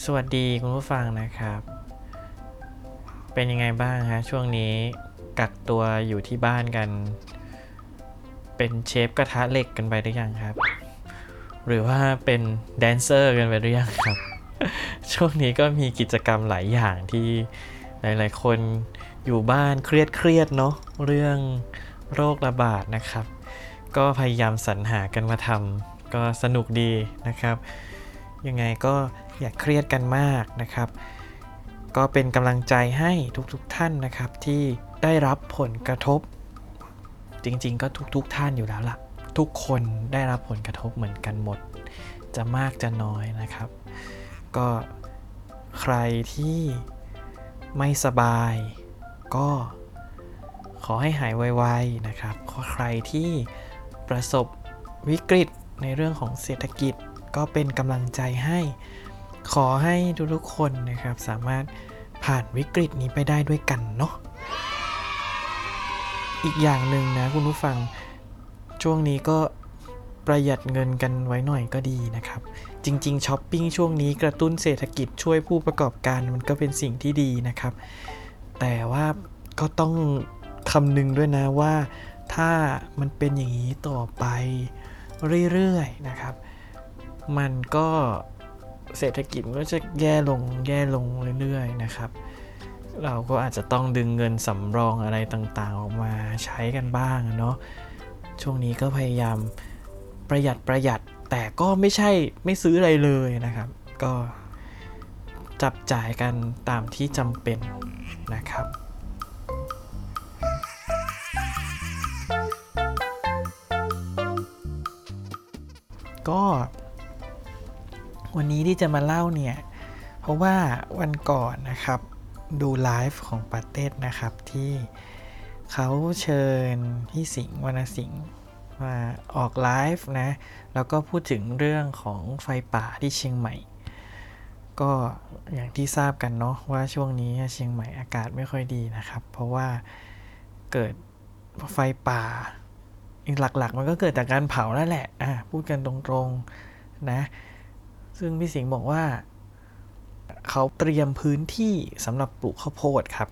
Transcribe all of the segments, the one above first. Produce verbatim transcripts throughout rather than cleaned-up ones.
สวัสดีคุณผู้ฟังนะครับเป็นยังไงบ้างฮะช่วงนี้กักตัวอยู่ที่บ้านกันเป็นเชฟกระทะเหล็กกันไปหรือยังครับหรือว่าเป็นแดนเซอร์กันไปหรือยังครับช่วงนี้ก็มีกิจกรรมหลายอย่างที่หลายๆคนอยู่บ้านเครียดๆเนาะเรื่องโรคระบาดนะครับก็พยายามสรรหากันมาทำก็สนุกดีนะครับยังไงก็อย่าเครียดกันมากนะครับก็เป็นกำลังใจให้ทุกๆท่านนะครับที่ได้รับผลกระทบจริงๆก็ทุกๆท่านอยู่แล้วล่ะทุกคนได้รับผลกระทบเหมือนกันหมดจะมากจะน้อยนะครับก็ใครที่ไม่สบายก็ขอให้หายไวๆนะครับใครที่ประสบวิกฤตในเรื่องของเศรษฐกิจก็เป็นกำลังใจให้ขอให้ทุกๆคนนะครับสามารถผ่านวิกฤตนี้ไปได้ด้วยกันเนาะอีกอย่างหนึ่งนะคุณผู้ฟังช่วงนี้ก็ประหยัดเงินกันไว้หน่อยก็ดีนะครับจริงๆช้อปปิ้งช่วงนี้กระตุ้นเศรษฐกิจช่วยผู้ประกอบการมันก็เป็นสิ่งที่ดีนะครับแต่ว่าก็ต้องคำนึงด้วยนะว่าถ้ามันเป็นอย่างนี้ต่อไปเรื่อยๆนะครับมันก็เศรษฐกิจก็จะแย่ลงแย่ลงเรื่อยๆนะครับเราก็อาจจะต้องดึงเงินสำรองอะไรต่างๆออกมาใช้กันบ้างเนาะช่วงนี้ก็พยายามประหยัดประหยัดแต่ก็ไม่ใช่ไม่ซื้ออะไรเลยนะครับก็จับจ่ายกันตามที่จำเป็นนะครับก็วันนี้ที่จะมาเล่าเนี่ยเพราะว่าวันก่อนนะครับดูไลฟ์ของปาเต้นะครับที่เขาเชิญพี่สิงห์วรรณสิงห์มาออกไลฟ์นะแล้วก็พูดถึงเรื่องของไฟป่าที่เชียงใหม่ก็อย่างที่ทราบกันเนาะว่าช่วงนี้เชียงใหม่อากาศไม่ค่อยดีนะครับเพราะว่าเกิดไฟป่าหลักๆมันก็เกิดจากการเผานั่นแหละอ่ะพูดกันตรงๆนะซึ่งพี่สิงห์บอกว่าเขาเตรียมพื้นที่สำหรับปลูกข้าวโพดครับ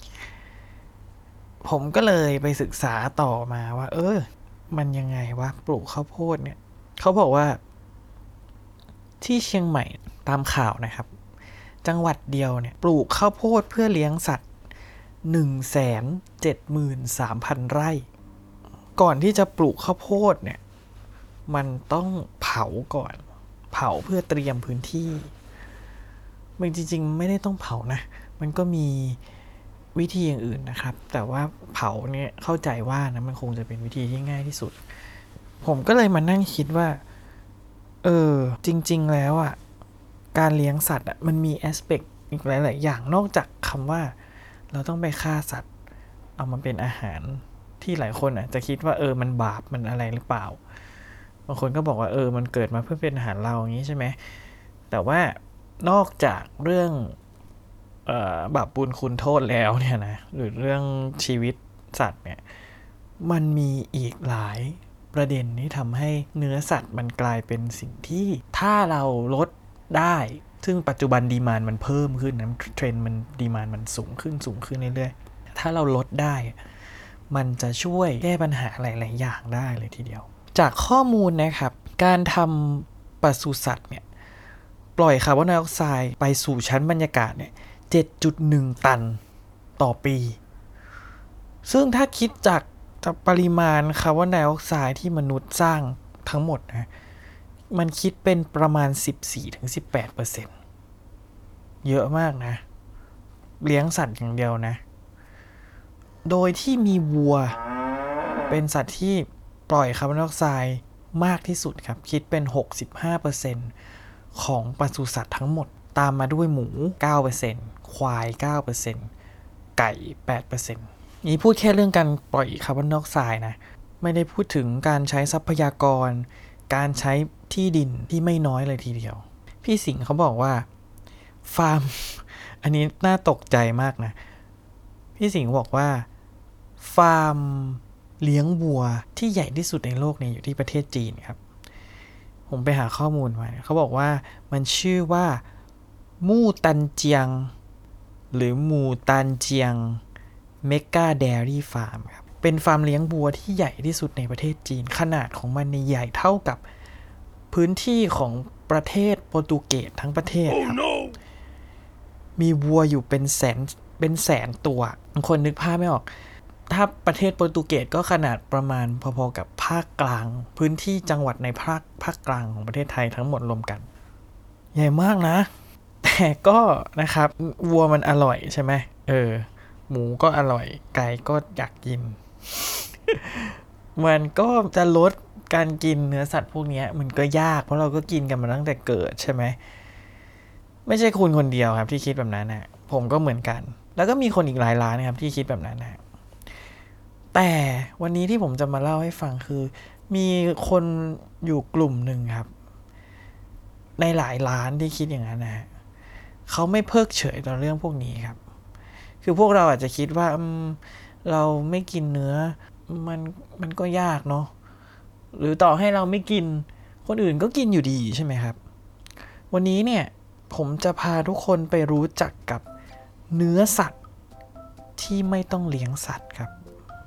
ผมก็เลยไปศึกษาต่อมาว่าเออมันยังไงวะปลูกข้าวโพดเนี่ยเขาบอกว่าที่เชียงใหม่ตามข่าวนะครับจังหวัดเดียวเนี่ยปลูกข้าวโพดเพื่อเลี้ยงสัตว์ หนึ่งแสนเจ็ดหมื่นสามพัน ไร่ก่อนที่จะปลูกข้าวโพดเนี่ยมันต้องเผาก่อนเผาเพื่อเตรียมพื้นที่มันจริงๆไม่ได้ต้องเผานะมันก็มีวิธีอย่างอื่นนะครับแต่ว่าเผาเนี่ยเข้าใจว่านะมันคงจะเป็นวิธีที่ง่ายที่สุดผมก็เลยมานั่งคิดว่าเออจริงๆแล้วอ่ะการเลี้ยงสัตว์อ่ะมันมีแอสเปกอีกหลายๆอย่างนอกจากคำว่าเราต้องไปฆ่าสัตว์เอามาเป็นอาหารที่หลายคนอ่ะจะคิดว่าเออมันบาปมันอะไรหรือเปล่าบางคนก็บอกว่าเออมันเกิดมาเพื่อเป็นอาหารเราอย่างนี้ใช่ไหมแต่ว่านอกจากเรื่องเอ่อบาปบุญคุณโทษแล้วเนี่ยนะหรือเรื่องชีวิตสัตว์เนี่ยมันมีอีกหลายประเด็นที่ทำให้เนื้อสัตว์มันกลายเป็นสิ่งที่ถ้าเราลดได้ซึ่งปัจจุบันดีมานด์มันเพิ่มขึ้นนะเทรนด์มันดีมานด์มันสูงขึ้นสูงขึ้นเรื่อยๆถ้าเราลดได้มันจะช่วยแก้ปัญหาหลายๆอย่างได้เลยทีเดียวจากข้อมูลนะครับการทำปศุสัตว์เนี่ยปล่อยคาร์บอนไดออกไซด์ไปสู่ชั้นบรรยากาศเนี่ย เจ็ดจุดหนึ่ง ตันต่อปีซึ่งถ้าคิดจากปริมาณคาร์บอนไดออกไซด์ที่มนุษย์สร้างทั้งหมดนะมันคิดเป็นประมาณ สิบสี่ถึงสิบแปดเปอร์เซ็นต์ เยอะมากนะเลี้ยงสัตว์อย่างเดียวนะโดยที่มีวัวเป็นสัตว์ที่ปล่อยคาร์บอนไดออกไซด์มากที่สุดครับคิดเป็น หกสิบห้าเปอร์เซ็นต์ ของปศุสัตว์ทั้งหมดตามมาด้วยหมู เก้าเปอร์เซ็นต์ ควาย เก้าเปอร์เซ็นต์ ไก่ แปดเปอร์เซ็นต์ นี่พูดแค่เรื่องการปล่อยคาร์บอนไดออกไซด์นะไม่ได้พูดถึงการใช้ทรัพยากรการใช้ที่ดินที่ไม่น้อยเลยทีเดียวพี่สิงห์เขาบอกว่าฟาร์มอันนี้น่าตกใจมากนะพี่สิงห์บอกว่าฟาร์มเลี้ยงวัวที่ใหญ่ที่สุดในโลกเนี่ยอยู่ที่ประเทศจีนครับผมไปหาข้อมูลมาเขาบอกว่ามันชื่อว่ามู่ตันเจียงหรือหมู่ตันเจียงเมกาเดรี่ฟาร์มครับเป็นฟาร์มเลี้ยงวัวที่ใหญ่ที่สุดในประเทศจีนขนาดของมันใหญ่เท่ากับพื้นที่ของประเทศโปรตุเกสทั้งประเทศครับ oh, no. มีวัวอยู่เป็นแสนเป็นแสนตัวบางคนนึกภาพไม่ออกถ้าประเทศโปรตุเกสก็ขนาดประมาณพอๆกับภาคกลางพื้นที่จังหวัดในภาคภาคกลางของประเทศไทยทั้งหมดรวมกันใหญ่มากนะแต่ก็นะครับวัวมันอร่อยใช่ไหมเออหมูก็อร่อยไก่ก็อยากกิน มันก็จะลดการกินเนื้อสัตว์พวกนี้มันก็ยากเพราะเราก็กินกันมาตั้งแต่เกิดใช่ไหมไม่ใช่คุณคนเดียวครับที่คิดแบบนั้นนะผมก็เหมือนกันแล้วก็มีคนอีกหลายล้านนะครับที่คิดแบบนั้นนะแต่วันนี้ที่ผมจะมาเล่าให้ฟังคือมีคนอยู่กลุ่มหนึ่งครับในหลายล้านที่คิดอย่างนั้นนะเขาไม่เพิกเฉยต่อเรื่องพวกนี้ครับคือพวกเราอาจจะคิดว่าเราไม่กินเนื้อมันมันก็ยากเนาะหรือต่อให้เราไม่กินคนอื่นก็กินอยู่ดีใช่ไหมครับวันนี้เนี่ยผมจะพาทุกคนไปรู้จักกับเนื้อสัตว์ที่ไม่ต้องเลี้ยงสัตว์ครับ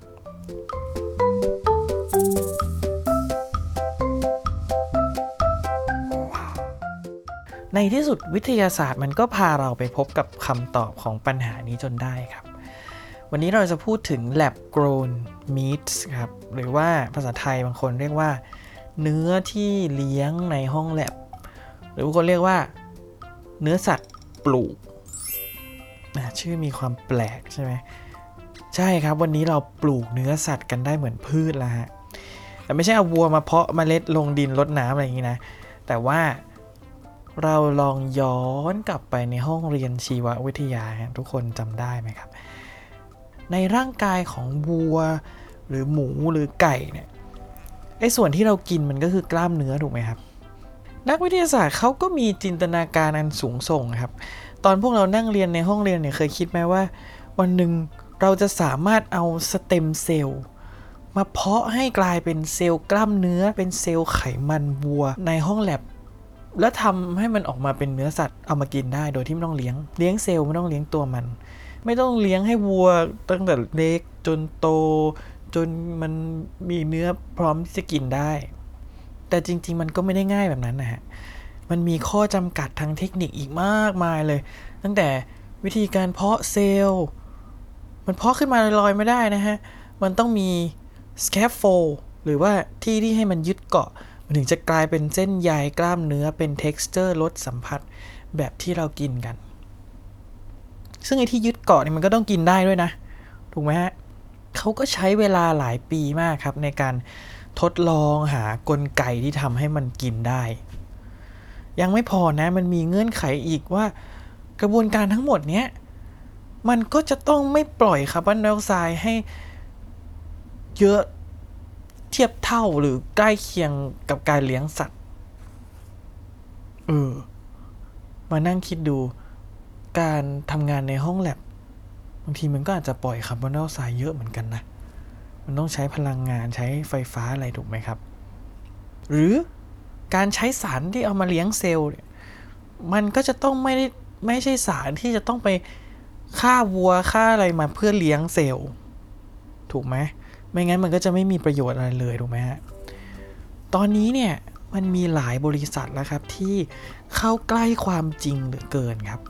ในที่สุดวิทยาศาสตร์มันก็พาเราไปพบกับคำตอบของปัญหานี้จนได้ครับวันนี้เราจะพูดถึง lab grown meats ครับหรือว่าภาษาไทยบางคนเรียกว่าเนื้อที่เลี้ยงในห้องแลบหรือบางคนเรียกว่าเนื้อสัตว์ปลูกชื่อมีความแปลกใช่ไหมใช่ครับวันนี้เราปลูกเนื้อสัตว์กันได้เหมือนพืชแล้วฮะแต่ไม่ใช่เอาวัวมาเพาะเมล็ดลงดินรดน้ำอะไรอย่างนี้นะแต่ว่าเราลองย้อนกลับไปในห้องเรียนชีววิทยาทุกคนจำได้ไหมครับในร่างกายของวัวหรือหมูหรือไก่เนี่ยไอ้ส่วนที่เรากินมันก็คือกล้ามเนื้อถูกไหมครับนักวิทยาศาสตร์เขาก็มีจินตนาการอันสูงส่งครับตอนพวกเรานั่งเรียนในห้องเรียนเนี่ยเคยคิดไหมว่าวันหนึ่งเราจะสามารถเอาสเต็มเซลล์มาเพาะให้กลายเป็นเซลล์กล้ามเนื้อเป็นเซลล์ไขมันวัวในห้องแลบแล้วทำให้มันออกมาเป็นเนื้อสัตว์เอามากินได้โดยที่ไม่ต้องเลี้ยงเลี้ยงเซลล์ไม่ต้องเลี้ยงตัวมันไม่ต้องเลี้ยงให้วัวตั้งแต่เล็กจนโตจนมันมีเนื้อพร้อมที่จะกินได้แต่จริงๆมันก็ไม่ได้ง่ายแบบนั้นนะฮะมันมีข้อจำกัดทางเทคนิคอีกมากมายเลยตั้งแต่วิธีการเพาะเซลล์มันเพาะขึ้นมาลอยๆไม่ได้นะฮะมันต้องมี scaffold หรือว่าที่ที่ให้มันยึดเกาะมันถึงจะกลายเป็นเส้นใยกล้ามเนื้อเป็น texture รสสัมผัสแบบที่เรากินกันซึ่งไอ้ที่ยึดเกาะนี่มันก็ต้องกินได้ด้วยนะถูกไหมฮะเขาก็ใช้เวลาหลายปีมากครับในการทดลองหากลไกที่ทำให้มันกินได้ยังไม่พอนะมันมีเงื่อนไขอีกว่ากระบวนการทั้งหมดเนี้ยมันก็จะต้องไม่ปล่อยคาร์บอนไดออกไซด์ให้เยอะเทียบเท่าหรือใกล้เคียงกับการเลี้ยงสัตว์เออมานั่งคิดดูการทำงานในห้องแลบบางทีมันก็อาจจะปล่อยคาร์บอนไดออกไซด์เยอะเหมือนกันนะมันต้องใช้พลังงานใช้ไฟฟ้าอะไรถูกไหมครับหรือการใช้สารที่เอามาเลี้ยงเซลล์เนี่ยมันก็จะต้องไม่ได้ไม่ใช่สารที่จะต้องไปฆ่าวัวฆ่าอะไรมาเพื่อเลี้ยงเซลล์ถูกไหมไม่งั้นมันก็จะไม่มีประโยชน์อะไรเลยถูกไหมฮะตอนนี้เนี่ยมันมีหลายบริษัทแล้วครับที่เข้าใกล้ความจริงเหลือเกินครับ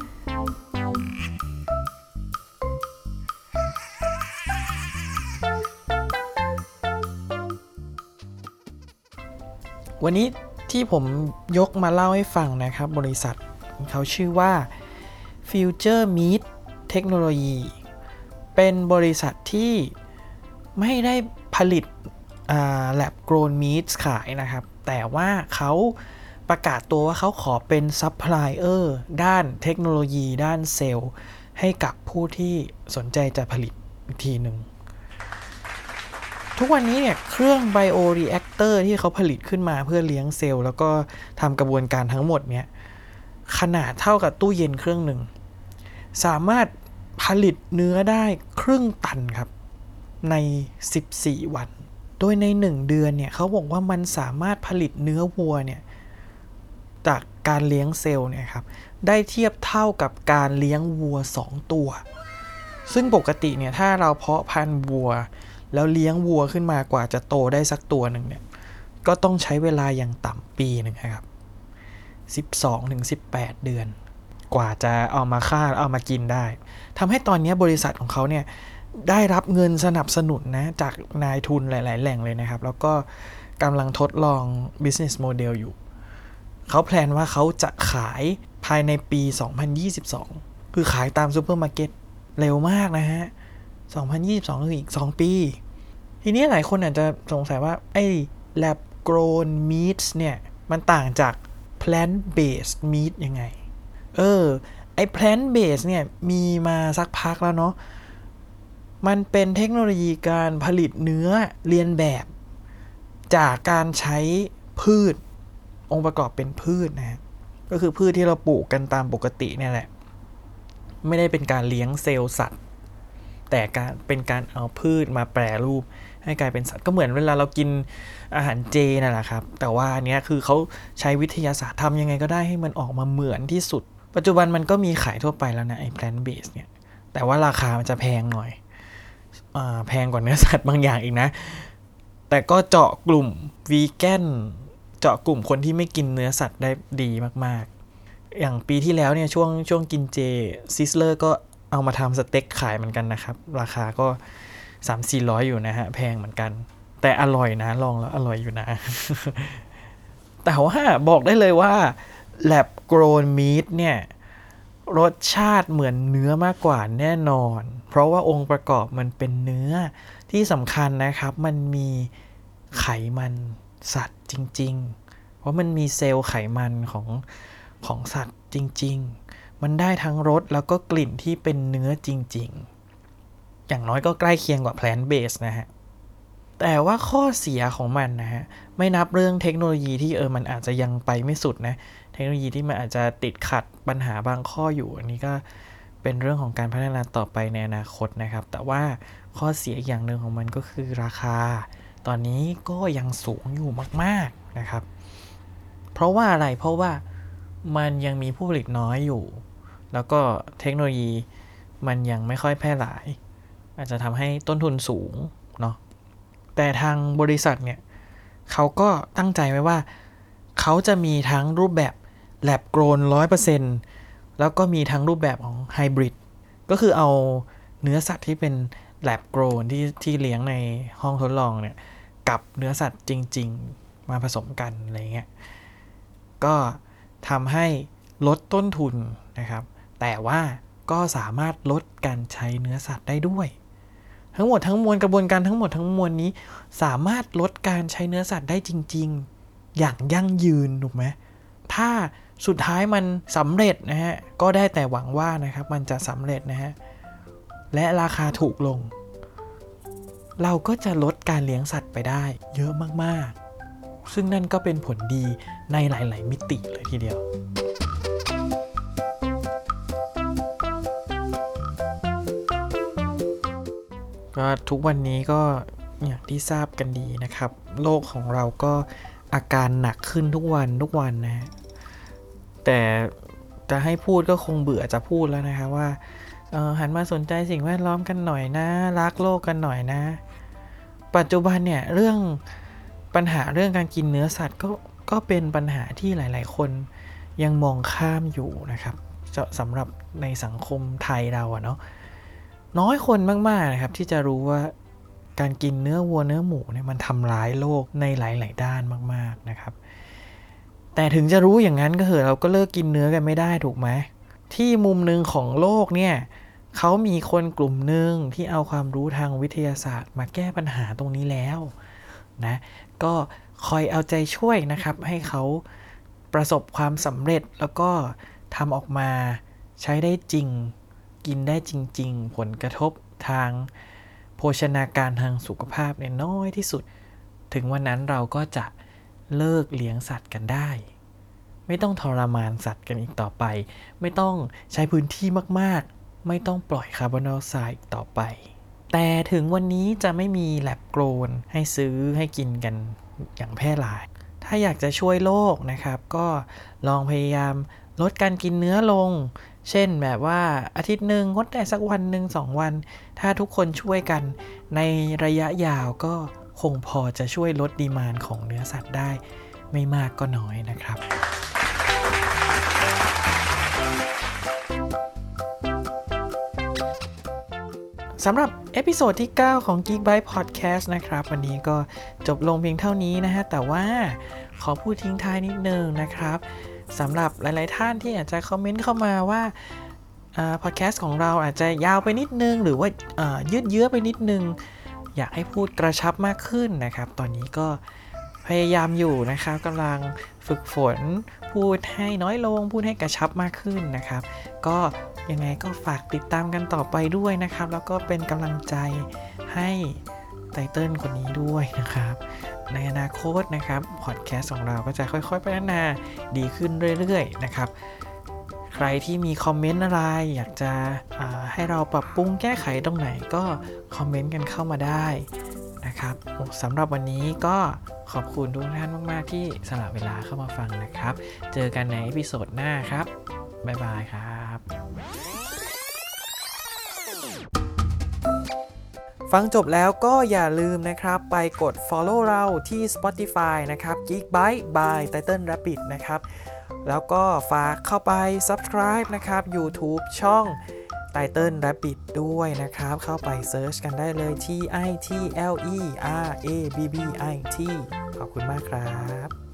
วันนี้ที่ผมยกมาเล่าให้ฟังนะครับบริษัทเขาชื่อว่า Future Meat Technology เป็นบริษัทที่ไม่ได้ผลิต lab grown meats ขายนะครับแต่ว่าเขาประกาศตัวว่าเขาขอเป็นซัพพลายเออร์ด้านเทคโนโลยีด้านเซลล์ให้กับผู้ที่สนใจจะผลิตอีกทีหนึ่งทุกวันนี้เนี่ยเครื่องไบโอรีแอคเตอร์ที่เขาผลิตขึ้นมาเพื่อเลี้ยงเซลล์แล้วก็ทำกระบวนการทั้งหมดเนี่ยขนาดเท่ากับตู้เย็นเครื่องหนึ่งสามารถผลิตเนื้อได้ครึ่งตันครับในสิบสี่วันโดยในหนึ่งเดือนเนี่ยเขาบอกว่ามันสามารถผลิตเนื้อวัวเนี่ยจากการเลี้ยงเซลล์เนี่ยครับได้เทียบเท่ากับการเลี้ยงวัวสองตัวซึ่งปกติเนี่ยถ้าเราเพาะพันธุ์วัวแล้วเลี้ยงวัวขึ้นมากว่าจะโตได้สักตัวหนึ่งเนี่ยก็ต้องใช้เวลาอย่างต่ำปีหนึ่งครับสิบสองถึงสิบแปดเดือนกว่าจะเอามาฆ่าเอามากินได้ทำให้ตอนนี้บริษัทของเขาเนี่ยได้รับเงินสนับสนุนนะจากนายทุนหลายๆแหล่งเลยนะครับแล้วก็กำลังทดลอง business model อยู่เขาแพลนว่าเขาจะขายภายในปีสองพันยี่สิบสองคือขายตามซูเปอร์มาร์เก็ตเร็วมากนะฮะสองพันยี่สิบสองคืออีกสองปีทีนี้หลายคนอาจจะสงสัยว่าไอ้ lab grown meats เนี่ยมันต่างจาก plant based meat ยังไงเออไอ้ plant based เนี่ยมีมาสักพักแล้วเนาะมันเป็นเทคโนโลยีการผลิตเนื้อเรียนแบบจากการใช้พืชองค์ประกอบเป็นพืชนะก็คือพืชที่เราปลูกกันตามปกติเนี่ยแหละไม่ได้เป็นการเลี้ยงเซลล์สัตว์แต่การเป็นการเอาพืชมาแปรรูปให้กลายเป็นสัตว์ก็เหมือนเวลาเรากินอาหารเจนั่นแหละครับแต่ว่าอันนี้คือเขาใช้วิทยาศาสตร์ทำยังไงก็ได้ให้มันออกมาเหมือนที่สุดปัจจุบันมันก็มีขายทั่วไปแล้วนะไอ้ plant based เนี่ยแต่ว่าราคามันจะแพงหน่อยอ่าแพงกว่าเนื้อสัตว์บางอย่างอีกนะแต่ก็เจาะกลุ่มวีแกนเจาะกลุ่มคนที่ไม่กินเนื้อสัตว์ได้ดีมากๆอย่างปีที่แล้วเนี่ยช่วงช่วงกินเจซิสเลอร์ก็เอามาทำสเต็กขายเหมือนกันนะครับราคาก็ สามถึงสี่ร้อย อยู่นะฮะแพงเหมือนกันแต่อร่อยนะลองแล้วอร่อยอยู่นะ แต่ว่าบอกได้เลยว่า lab grown meat เนี่ยรสชาติเหมือนเนื้อมากกว่าแน่นอนเพราะว่าองค์ประกอบมันเป็นเนื้อที่สำคัญนะครับมันมีไขมันสัตว์จริงๆเพราะมันมีเซลล์ไขมันของของสัตว์จริงๆมันได้ทั้งรสแล้วก็กลิ่นที่เป็นเนื้อจริงๆอย่างน้อยก็ใกล้เคียงกว่า plant based นะฮะแต่ว่าข้อเสียของมันนะฮะไม่นับเรื่องเทคโนโลยีที่เออมันอาจจะยังไปไม่สุดนะเทคโนโลยีที่มันอาจจะติดขัดปัญหาบางข้ออยู่อันนี้ก็เป็นเรื่องของการพัฒนาต่อไปในอนาคตนะครับแต่ว่าข้อเสียอย่างหนึ่งของมันก็คือราคาตอนนี้ก็ยังสูงอยู่มากๆนะครับเพราะว่าอะไรเพราะว่ามันยังมีผู้ผลิตน้อยอยู่แล้วก็เทคโนโลยีมันยังไม่ค่อยแพร่หลายอาจจะทำให้ต้นทุนสูงเนาะแต่ทางบริษัทเนี่ยเขาก็ตั้งใจไว้ว่าเขาจะมีทั้งรูปแบบ lab grown ร้อยเปอร์เซ็นต์ แล้วก็มีทั้งรูปแบบของ hybrid ก็คือเอาเนื้อสัตว์ที่เป็น lab grown ที่ที่เลี้ยงในห้องทดลองเนี่ยกับเนื้อสัตว์จริงๆมาผสมกันอะไรเงี้ยก็ทำให้ลดต้นทุนนะครับแต่ว่าก็สามารถลดการใช้เนื้อสัตว์ได้ด้วยทั้งหมดทั้งมวลกระบวนการทั้งหมดทั้งมวลนี้สามารถลดการใช้เนื้อสัตว์ได้จริงๆอย่างยั่งยืนถูกไหมถ้าสุดท้ายมันสำเร็จนะฮะก็ได้แต่หวังว่านะครับมันจะสำเร็จนะฮะและราคาถูกลงเราก็จะลดการเลี้ยงสัตว์ไปได้เยอะมากๆซึ่งนั่นก็เป็นผลดีในหลายๆมิติเลยทีเดียวก็ทุกวันนี้ก็อย่างที่ทราบกันดีนะครับโลกของเราก็อาการหนักขึ้นทุกวันทุกวันนะแต่จะให้พูดก็คงเบื่อจะพูดแล้วนะครับว่าหันมาสนใจสิ่งแวดล้อมกันหน่อยนะรักโลกกันหน่อยนะปัจจุบันเนี่ยเรื่องปัญหาเรื่องการกินเนื้อสัตว์ก็ก็เป็นปัญหาที่หลายๆคนยังมองข้ามอยู่นะครับสำหรับในสังคมไทยเราอะเนาะน้อยคนมากๆนะครับที่จะรู้ว่าการกินเนื้อวัวเนื้อหมูเนี่ยมันทำร้ายโลกในหลายๆด้านมากๆนะครับแต่ถึงจะรู้อย่างนั้นก็เหอะเราก็เลิกกินเนื้อกันไม่ได้ถูกไหมที่มุมนึงของโลกเนี่ยเขามีคนกลุ่มหนึ่งที่เอาความรู้ทางวิทยาศาสตร์มาแก้ปัญหาตรงนี้แล้วนะก็คอยเอาใจช่วยนะครับให้เขาประสบความสำเร็จแล้วก็ทำออกมาใช้ได้จริงกินได้จริงๆผลกระทบทางโภชนาการทางสุขภาพเนี่ยน้อยที่สุดถึงวันนั้นเราก็จะเลิกเลี้ยงสัตว์กันได้ไม่ต้องทรมานสัตว์กันอีกต่อไปไม่ต้องใช้พื้นที่มากๆไม่ต้องปล่อยคาร์บอนไดออกไซด์อีกต่อไปแต่ถึงวันนี้จะไม่มี lab grown ให้ซื้อให้กินกันอย่างแพร่หลายทถ้าอยากจะช่วยโลกนะครับก็ลองพยายามลดการกินเนื้อลงเช่นแบบว่าอาทิตย์หนึ่งงดได้สักวันหนึ่งสองวันถ้าทุกคนช่วยกันในระยะยาวก็คงพอจะช่วยลดดีมานด์ของเนื้อสัตว์ได้ไม่มากก็น้อยนะครับสำหรับเอพิโซดที่เก้าของ Geek Byte Podcast นะครับวันนี้ก็จบลงเพียงเท่านี้นะฮะแต่ว่าขอพูดทิ้งท้ายนิดนึงนะครับสำหรับหลายๆท่านที่อาจจะคอมเมนต์เข้ามาว่าพอดแคสต์ของเราอาจจะยาวไปนิดนึงหรือว่ายืดเยื้อไปนิดนึงอยากให้พูดกระชับมากขึ้นนะครับตอนนี้ก็พยายามอยู่นะครับกำลังฝึกฝนพูดให้น้อยลงพูดให้กระชับมากขึ้นนะครับก็ยังไงก็ฝากติดตามกันต่อไปด้วยนะครับแล้วก็เป็นกำลังใจให้ไตเติ้ลคนนี้ด้วยนะครับในอนาคตนะครับพอดแคสต์ของเราก็จะค่อยๆพัฒนาดีขึ้นเรื่อยๆนะครับใครที่มีคอมเมนต์อะไรอยากจะให้เราปรับปรุงแก้ไขตรงไหนก็คอมเมนต์กันเข้ามาได้นะครับสำหรับวันนี้ก็ขอบคุณทุกท่านมากๆที่สละเวลาเข้ามาฟังนะครับเจอกันในเอพิโซดหน้าครับบ๊ายบายครับฟังจบแล้วก็อย่าลืมนะครับไปกด follow เราที่ Spotify นะครับ Geek Byte by Titan Rabbit นะครับแล้วก็ฝากเข้าไป subscribe นะครับ YouTube ช่อง Titan Rabbit ด้วยนะครับเข้าไป search กันได้เลย T I T L E R A B B I T ขอบคุณมากครับ